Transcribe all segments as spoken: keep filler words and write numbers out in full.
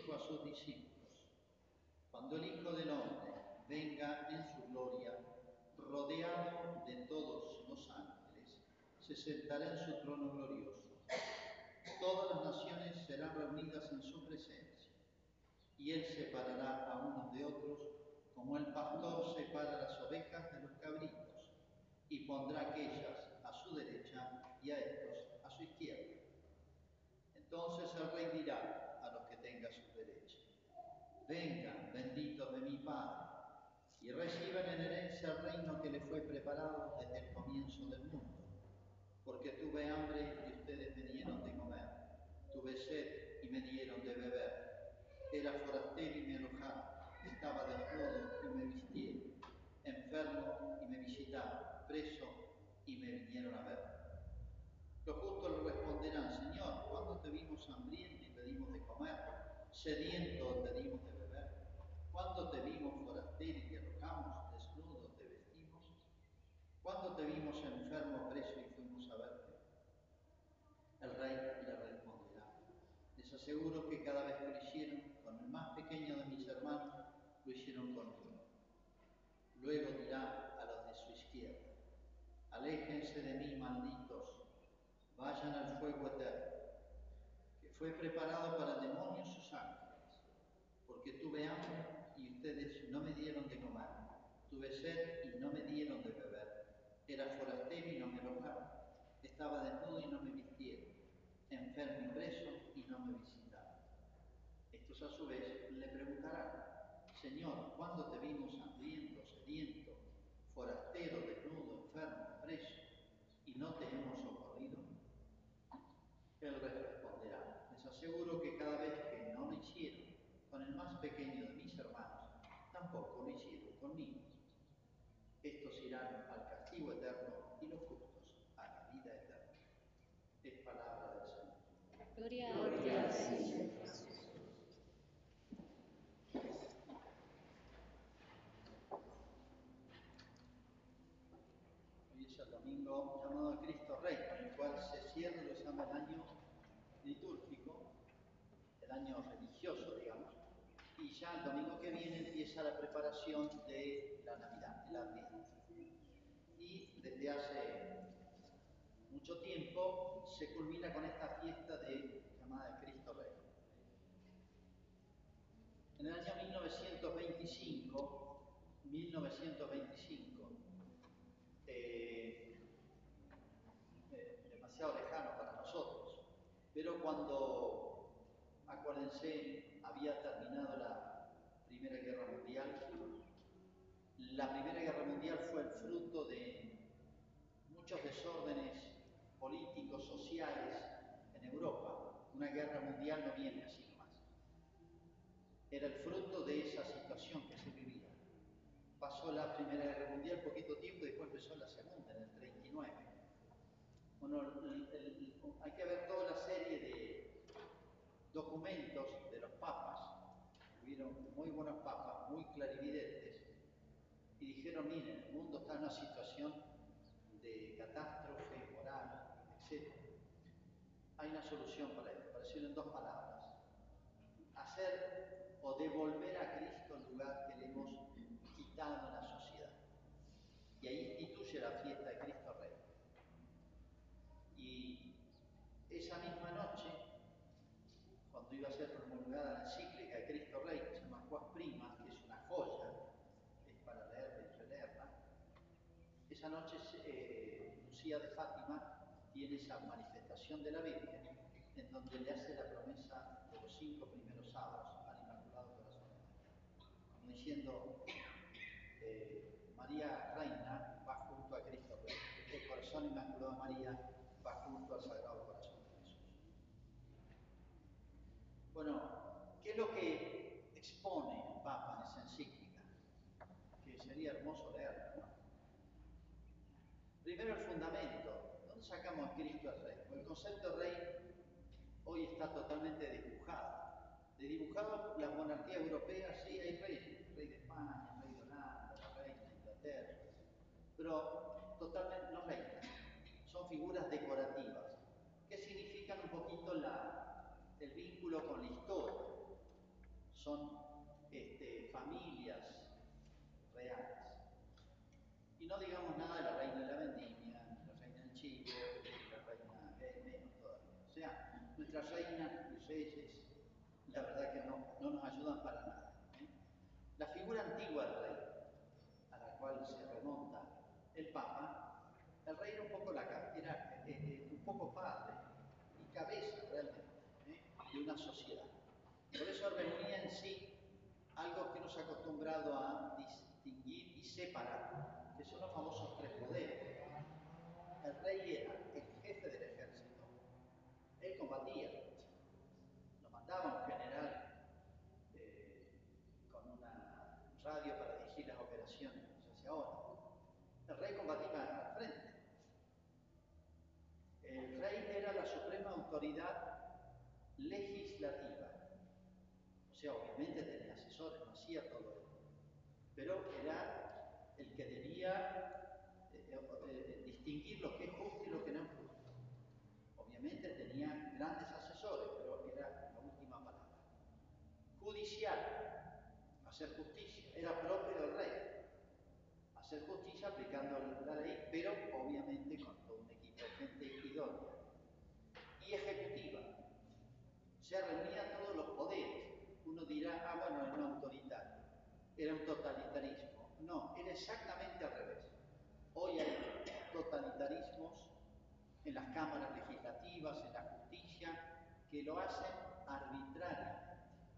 dijo a sus discípulos: cuando el Hijo del Hombre venga en su gloria, rodeado de todos los ángeles, se sentará en su trono glorioso. Todas las naciones serán reunidas en su presencia, y él separará a unos de otros, como el pastor separa las ovejas de los cabritos, y pondrá aquellas a su derecha y a estos a su izquierda. Entonces el rey dirá a los que tenga a su derecha: vengan, benditos de mi Padre, y reciban en herencia el reino que les fue preparado desde el comienzo del mundo. Porque tuve hambre y ustedes me dieron de comer, tuve sed y me dieron de beber, era forastero y me alojaron, estaba desnudo y me vistieron, enfermo y me visitaron, preso y me vinieron a ver. Los justos le responderán: Señor, ¿cuándo te vimos hambriento y te dimos de comer, sediento te dimos de beber? ¿Cuándo te vimos forastero y te alojamos, desnudo te vestimos? ¿Cuándo te vimos enfermo, preso y fuimos a verte? El rey le responderá: les aseguro que cada vez que lo hicieron con el más pequeño de mis hermanos, lo hicieron conmigo. Luego dirá a los de su izquierda: aléjense de mí, malditos, vayan al fuego eterno, que fue preparado para el demonio y sus ángeles. Porque tuve hambre y ustedes no me dieron de comer, tuve sed y no me dieron de beber, era forastero y no me alojaron, estaba desnudo y no me vistieron, enfermo y preso y no me visitaron. Estos a su vez le preguntarán: Señor, ¿cuándo te vimos hambriento, sediento, forastero, desnudo, enfermo, preso, y no te hemos socorrido? Él les responderá: les aseguro que cada vez que no lo hicieron con el más pequeño de mis hermanos, tampoco lo hicieron conmigo. Estos irán al castigo eterno y los justos a la vida eterna. Es palabra del Señor. Gloria a ti, Señor Jesús. Hoy es el domingo llamado Cristo Rey, con el cual se cierra lo que se llama el año litúrgico, el año religioso, digamos, y ya el domingo que viene empieza la preparación de la Navidad, el Adviento. Y desde hace mucho tiempo se culmina con esta fiesta de, llamada de Cristo Rey. En el año mil novecientos veinticinco, mil novecientos veinticinco, eh, eh, demasiado lejano para nosotros, pero cuando, acuérdense, había terminado la Primera Guerra Mundial, la Primera Guerra Mundial fue el fruto de muchos desórdenes políticos, sociales en Europa. Una guerra mundial no viene así nomás. Era el fruto de esa situación que se vivía. Pasó la Primera Guerra Mundial poquito tiempo y después empezó la Segunda, en el treinta y nueve. Bueno, el, el, hay que ver toda la serie de documentos de los papas. Hubieron muy buenos papas, muy clarividentes, y dijeron: miren, el mundo está en una situación de catástrofe moral, etcétera. Hay una solución para esto, para decirlo en dos palabras: hacer o devolver a Cristo el lugar que le hemos quitado en la sociedad. Y ahí instituye la fiesta de Cristo Rey. Y esa misma noche, cuando iba a ser promulgada la encíclica de Cristo Rey, que se llama Quas Primas, que es una joya, es para leerla y releerla, esa noche eh, Lucía de Fátima tiene esa manifestación de la Virgen, en donde le hace la promesa de los cinco primeros sábados al Inmaculado Corazón de María, como diciendo: eh, María Reina va junto a Cristo Rey, el Corazón Inmaculado de María va junto al Sagrado Corazón de Jesús. Bueno, ¿qué es lo que expone el Papa en esa encíclica? Que sería hermoso leerla, ¿no? Primero, el fundamento. ¿Dónde sacamos a Cristo el Rey? Porque el concepto de rey hoy está totalmente dibujado. De dibujado las monarquías europeas, sí, hay reyes, el rey de España, el rey de Holanda, la reina de Inglaterra, pero totalmente no reinas, son figuras decorativas, que significan un poquito la, el vínculo con la historia. son este, familias reales. Y no digamos nada de la reina de la vendimia, la reina del chivo, la reina gay, menos todavía. O sea, nuestras reinas y reyes, la verdad que no, no nos ayudan para nada. ¿eh? La figura antigua del rey, a la cual se remonta el Papa, el rey era un poco, la, era, eh, eh, un poco padre y cabeza realmente ¿eh? de una sociedad. Por eso reunía en sí algo que nos ha acostumbrado a distinguir y separar, que son los famosos tres poderes. El rey era el jefe del ejército, él combatía, lo mandaba un general eh, con una radio para dirigir las operaciones, como se hace ahora. El rey combatía al frente. El rey era la suprema autoridad legislativa. O sea, obviamente tenía asesores, no hacía todo esto. Pero era el que debía eh, eh, distinguir lo que es justo y lo que no es justo. Obviamente tenía grandes asesores, pero era la última palabra. Judicial, hacer justicia, era propio del rey. Hacer justicia aplicando la ley, pero obviamente con todo un equipo de gente idónea. Y ejecutiva, se reunían todos los poderes. Uno dirá, ah, bueno, era un autoritario, era un totalitarismo. No, era exactamente al revés. Hoy hay totalitarismos en las cámaras legislativas, en la justicia, que lo hacen arbitrariamente.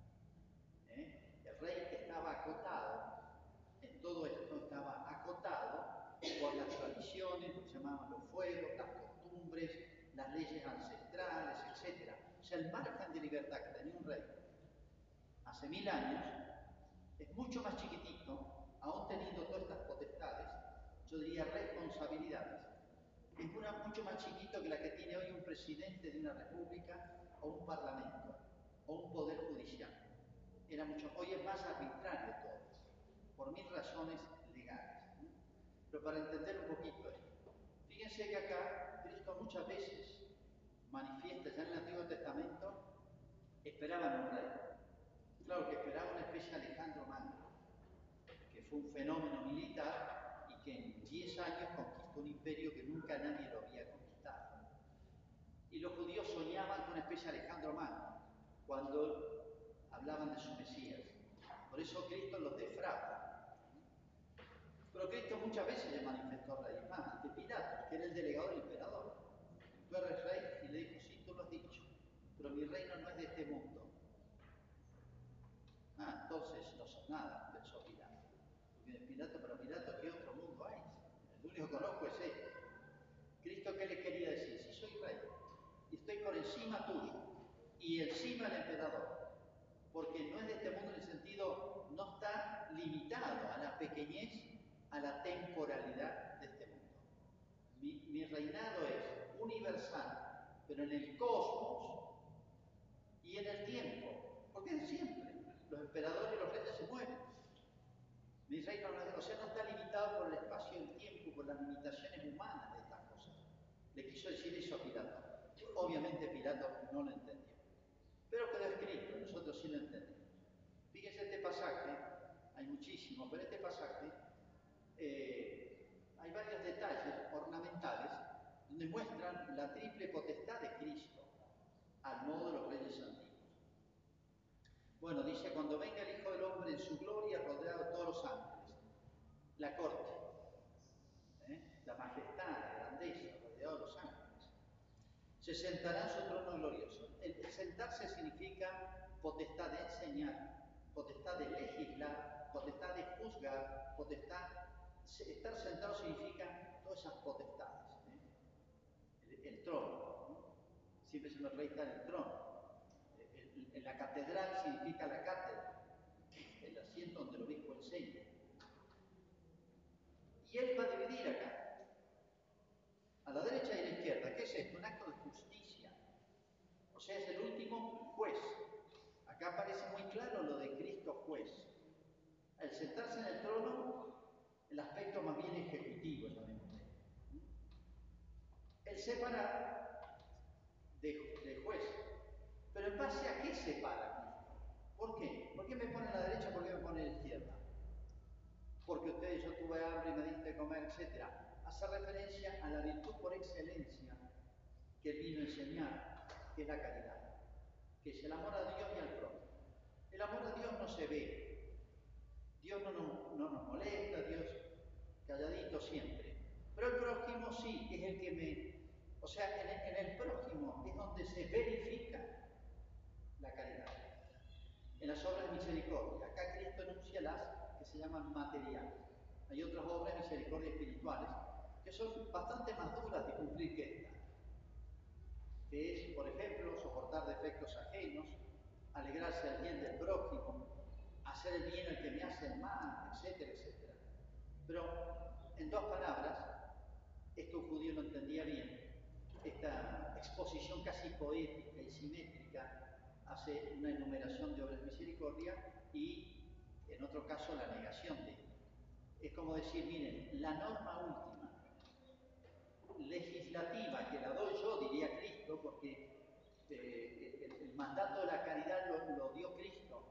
¿Eh? El rey estaba acotado, en todo esto estaba acotado por las tradiciones, lo que llamaban los fueros, las costumbres, las leyes ancestrales, etcétera. O sea, el margen de libertad que tenía un rey hace mil años es mucho más chiquitito, aún teniendo todas estas potestades, yo diría responsabilidades, es una, mucho más chiquito que la que tiene hoy un presidente de una república o un parlamento o un poder judicial. Era mucho, hoy es más arbitrario todo, por mil razones legales. ¿no? Pero para entender un poquito esto, fíjense que acá Cristo muchas veces manifiesta, ya en el Antiguo Testamento, esperaban un rey. Claro que esperaba una especie de Alejandro Magno, que fue un fenómeno militar y que en diez años conquistó un imperio que nunca nadie lo había conquistado. Y los judíos soñaban con una especie de Alejandro Magno cuando hablaban de su Mesías. Por eso Cristo los defrauda. Pero Cristo muchas veces le manifestó rey. Es más, ante Pilato, que era el delegado del emperador. Tú eres rey, y le dijo, sí, tú lo has dicho, pero mi reino no es de este mundo. Ah, entonces no son nada, pensó Pilato. Porque Pilato, pero Pilato, ¿qué otro mundo hay? El único que conozco es este. Cristo, ¿qué le quería decir? Si soy rey, y estoy por encima tuyo, y encima del emperador, porque no es de este mundo en el sentido, no está limitado a la pequeñez, a la temporalidad de este mundo. Mi, mi reinado es universal, pero en el cosmos y en el tiempo, porque es siempre. Los emperadores y los reyes se mueren. Mi reino no, o sea, no está limitado por el espacio y el tiempo, por las limitaciones humanas de estas cosas. Le quiso decir eso a Pilato. Obviamente Pilato no lo entendió. Pero quedó escrito, nosotros sí lo entendemos. Fíjense este pasaje, hay muchísimos, pero este pasaje eh, hay varios detalles ornamentales donde muestran la triple potestad de Cristo, al modo de los reyes antiguos. Bueno, dice, cuando venga el Hijo del Hombre en su gloria, rodeado de todos los ángeles, la corte, ¿eh? la majestad, la grandeza, rodeado de los ángeles, se sentará en su trono glorioso. El, el sentarse significa potestad de enseñar, potestad de legislar, potestad de juzgar, potestad... Estar sentado significa todas esas potestades. ¿eh? El, el trono, ¿no? Siempre se nos rey está en el trono. En la catedral significa la cátedra, el asiento donde el obispo enseña. Y él va a dividir acá, a la derecha y a la izquierda. ¿Qué es esto? Un acto de justicia. O sea, es el último juez. Acá aparece muy claro lo de Cristo juez. Al sentarse en el trono, el aspecto más bien ejecutivo es lo mismo. Él separa de, de juez. Pero ¿en base a qué separa Cristo? ¿Por qué? Porque etcétera, hace referencia a la virtud por excelencia que él vino a enseñar, que es la caridad, que es el amor a Dios y al prójimo. El amor a Dios no se ve, Dios no nos, no nos molesta, Dios calladito siempre, pero el prójimo sí, es el que me... O sea, en el, en el prójimo es donde se verifica la caridad. En las obras de misericordia, acá Cristo enuncia las que se llaman materiales. Hay otras obras de misericordia espirituales que son bastante más duras de cumplir que esta, que es, por ejemplo, soportar defectos ajenos, alegrarse del bien del prójimo, hacer el bien al que me hace el mal, etcétera, etcétera. Pero, en dos palabras, esto un judío no entendía bien, esta exposición casi poética y simétrica hace una enumeración de obras de misericordia y, en otro caso, la negación de ella. Es como decir, miren, la norma última, legislativa, que la doy yo, diría Cristo, porque eh, el, el mandato de la caridad lo, lo dio Cristo,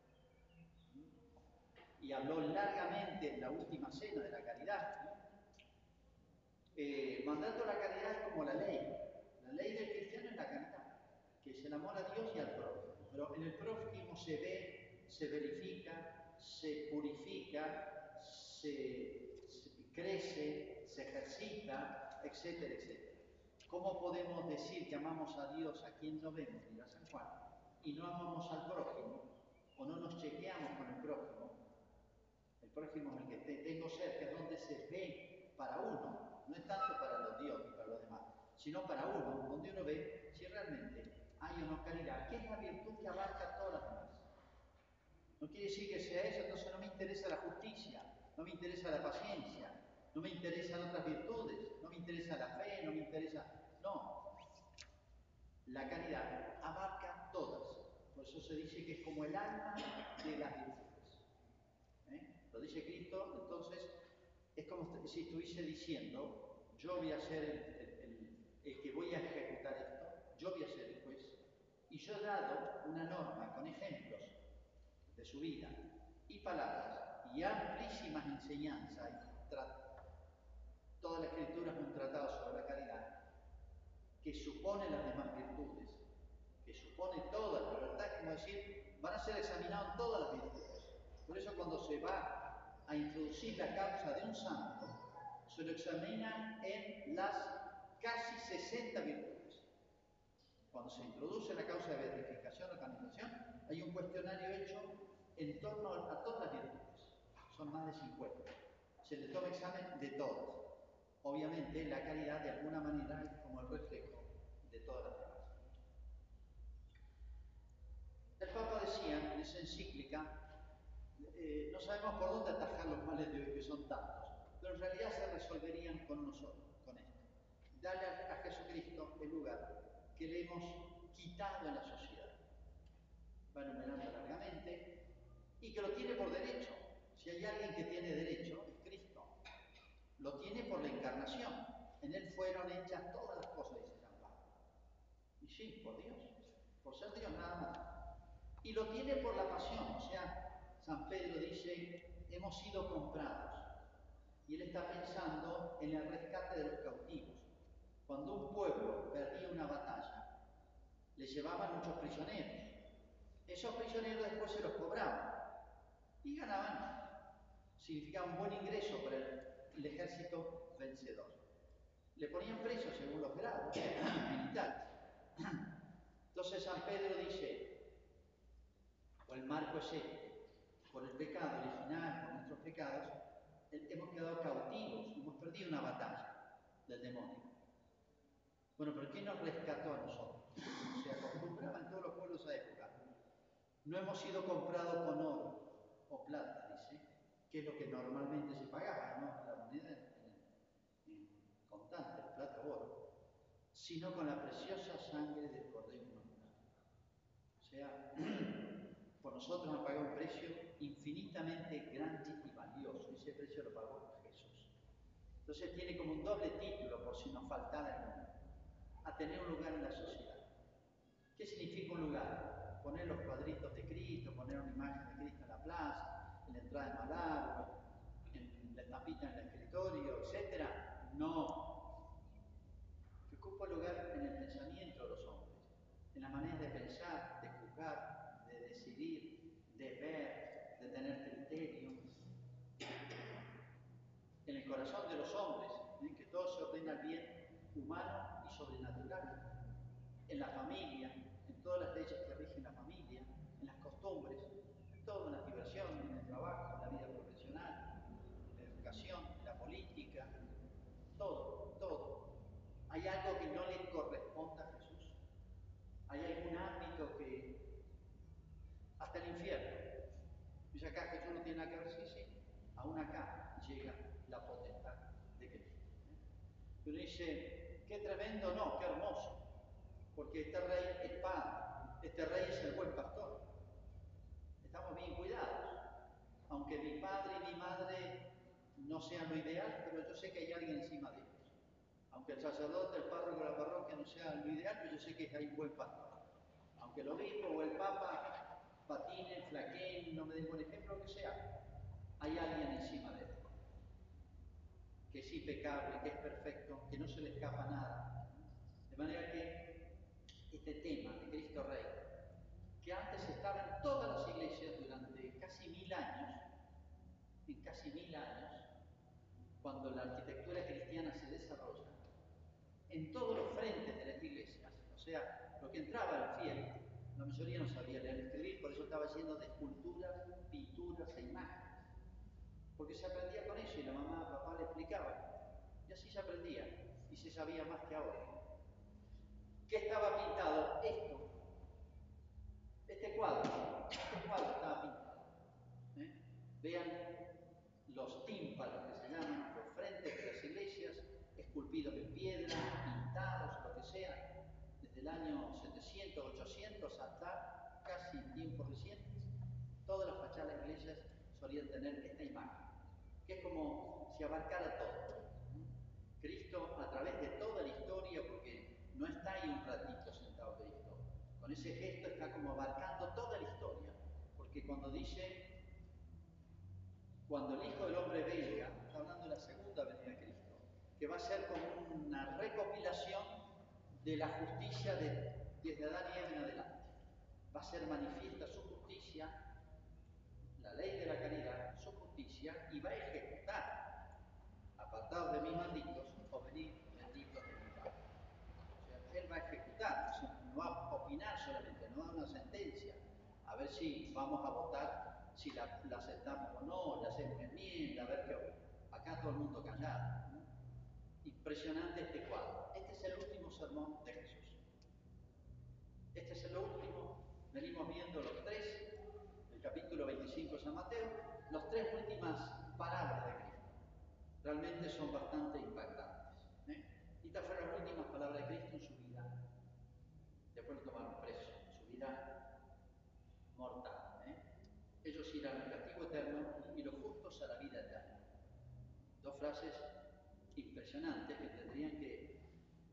y habló largamente en la última cena de la caridad. Eh, el mandato de la caridad es como la ley. La ley del cristiano es la caridad, que es el amor a Dios y al prójimo. Pero en el prójimo se ve, se verifica, se purifica, se, se crece, se ejercita, etcétera, etcétera. ¿Cómo podemos decir que amamos a Dios a quien no vemos, dirá San Juan, y no amamos al prójimo, o no nos chequeamos con el prójimo? El prójimo es el que te tengo cerca, es donde se ve para uno, no es tanto para los dioses y para los demás, sino para uno, donde uno ve si realmente hay o no caridad, que es la virtud que abarca todas las demás. No quiere decir que sea eso, entonces no me interesa la justicia, no me interesa la paciencia, no me interesan otras virtudes, no me interesa la fe, no me interesa... No, la caridad abarca todas, por eso se dice que es como el alma de las virtudes. ¿Eh? Lo dice Cristo, entonces es como si estuviese diciendo, yo voy a ser el, el, el, el que voy a ejecutar esto, yo voy a ser el juez, y yo he dado una norma con ejemplos de su vida y palabras y amplísimas enseñanzas, y toda la Escritura es un tratado sobre la caridad, que supone las demás virtudes, que supone todas, la verdad es como decir, van a ser examinadas todas las virtudes. Por eso cuando se va a introducir la causa de un santo, se lo examina en las casi sesenta virtudes. Cuando se introduce la causa de beatificación o canonización, hay un cuestionario hecho en torno a todas las virtudes. Son más de cincuenta. Se le toma examen de todas. Obviamente, la caridad de alguna manera es como el reflejo de todas las demás. El Papa decía en esa encíclica, eh, no sabemos por dónde atajar los males de hoy, que son tantos, pero en realidad se resolverían con nosotros, con esto. Darle a, a Jesucristo el lugar que le hemos quitado en la sociedad. Va enumerando largamente, y que lo tiene por derecho. Si hay alguien que tiene derecho, es Cristo. Lo tiene por la encarnación. En él fueron hechas todas las cosas, dice San Pablo. Y sí, por Dios, por ser Dios nada más. Y lo tiene por la pasión, o sea, San Pedro dice, hemos sido comprados. Y él está pensando en el rescate de los cautivos. Cuando un pueblo perdía una batalla, le llevaban muchos prisioneros. Esos prisioneros después se los cobraban y ganaban. Significaba un buen ingreso para el, el ejército vencedor. Le ponían presos según los grados militares. Entonces San Pedro dice, o el marco es este, por el pecado original, por nuestros pecados, hemos quedado cautivos, hemos perdido una batalla del demonio. Bueno, pero ¿quién nos rescató a nosotros? Se acostumbraba en todos los pueblos a época. No hemos sido comprados con oro o plata, dice, que es lo que normalmente se pagaba, ¿no? La moneda en, en constante, plata o oro, sino con la preciosa sangre del Cordero Inmolado. O sea, por nosotros han pagado un precio infinitamente grande y valioso, y ese precio lo pagó Jesús. Entonces tiene como un doble título, por si nos faltara alguno, a tener un lugar en la sociedad. ¿Qué significa un lugar? Poner los cuadritos de Cristo, poner una imagen de Cristo en la plaza, en la entrada de Malagua, en la estampita en el escritorio, no, que ocupa lugar en el pensamiento de los hombres, en la manera de pensar, de juzgar, de decidir, de ver, de tener criterio, en el corazón de los hombres, ¿eh? Que todo se ordena al bien humano y sobrenatural, en la familia, en todas las leyes que rigen la familia, en las costumbres, en toda una diversión, en el trabajo, en la vida profesional, en la educación, en la política, todo, todo. ¿Hay algo que no le corresponda a Jesús? ¿Hay algún ámbito que... hasta el infierno? Dice acá Jesús no tiene nada que ver, sí, sí. Aún acá llega la potestad de Cristo. Y uno dice, qué tremendo, no, qué hermoso. Porque este rey es padre, este rey es el buen pastor. Estamos bien cuidados. Aunque mi padre y mi madre no sean lo ideal, pero yo sé que hay alguien encima de ellos. Aunque el sacerdote, el párroco de la parroquia no sea lo ideal, pero yo sé que hay un buen pastor. Aunque el obispo o el papa patinen, flaqueen, no me den buen ejemplo, lo que sea, hay alguien encima de él. Que es impecable, que es perfecto, que no se le escapa nada. De manera que este tema de Cristo Rey, que antes estaba en todas las iglesias durante casi mil años, en casi mil años, cuando la arquitectura cristiana se desarrolla, en todos los frentes de las iglesias, o sea, lo que entraba al fiel, la mayoría no sabía leer y escribir, por eso estaba lleno de esculturas, pinturas e imágenes, porque se aprendía con eso y la mamá, papá le explicaban, y así se aprendía, y se sabía más que ahora. ¿Qué estaba pintado? Esto. Este cuadro, este cuadro estaba pintado. ¿Eh? Vean los tímpanos que se llaman, los frentes de las iglesias, esculpidos en piedra, pintados, lo que sea, desde el año setecientos, ochocientos hasta casi tiempos recientes. Todas las fachadas de las iglesias solían tener esta imagen, que es como si abarcara todo. Cristo, a través de toda la historia, porque no está ahí un ratito sentado Cristo, con ese gesto está como abarcando toda la historia, porque cuando dice, cuando el Hijo del Hombre venga, está hablando de la segunda venida de Cristo, que va a ser como una recopilación de la justicia de, desde Adán y Eva en adelante. Va a ser manifiesta su justicia, la ley de la caridad, su justicia, y va a ejecutar. Apartados de mí, malditos, o venid, benditos de mi Padre. O sea, Él va a ejecutar, o sea, no va a opinar solamente, no da una sentencia, a ver si vamos a votar, si la, la aceptamos o no, le hacemos enmienda, a ver qué ocurre. Acá todo el mundo callado. ¿No? Impresionante este cuadro. Este es el último sermón de Jesús. Este es el último. Venimos viendo los tres, el capítulo veinticinco de San Mateo, las tres últimas palabras de Cristo. Realmente son bastante impactantes. ¿eh? Y estas fueron las últimas palabras de Cristo en su vida. Después lo tomaron preso, en su vida mortal. ¿eh? Ellos irán al castigo eterno y los justos a la vida eterna. Dos frases impresionantes que tendrían que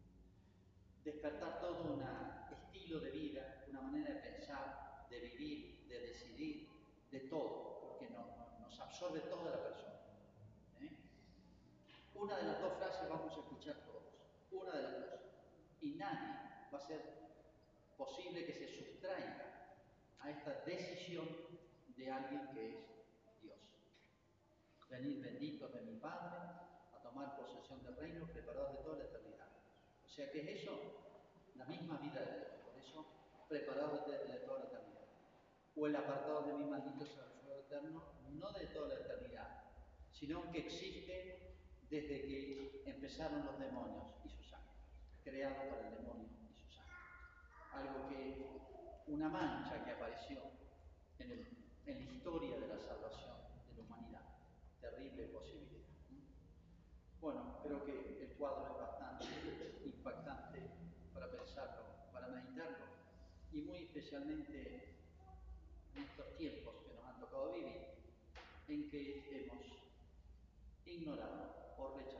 despertar todo un estilo de vida, una manera de pensar, de vivir, de decidir, de todo, porque no, no, nos absorbe toda la persona. ¿eh? Una de las dos frases vamos a escuchar todos, una de las dos, y nadie va a ser posible que se sustraiga a esta decisión de alguien que es Dios. Venid benditos de mi Padre a tomar posesión del reino preparado de toda la eternidad. O sea que es eso, la misma vida de Dios, por eso preparado de, de toda la eternidad. O el apartado de mí maldito sea el fuego eterno, no de toda la eternidad, sino que existe desde que empezaron los demonios y sus ángeles, creado por el demonio y sus ángeles. Algo que, una mancha que apareció en, el, en la historia de la salvación de la humanidad. Terrible posibilidad. Bueno, creo que el cuadro es bastante impactante para pensarlo, para meditarlo, y muy especialmente en estos tiempos que nos han tocado vivir, en que hemos ignorado o rechazado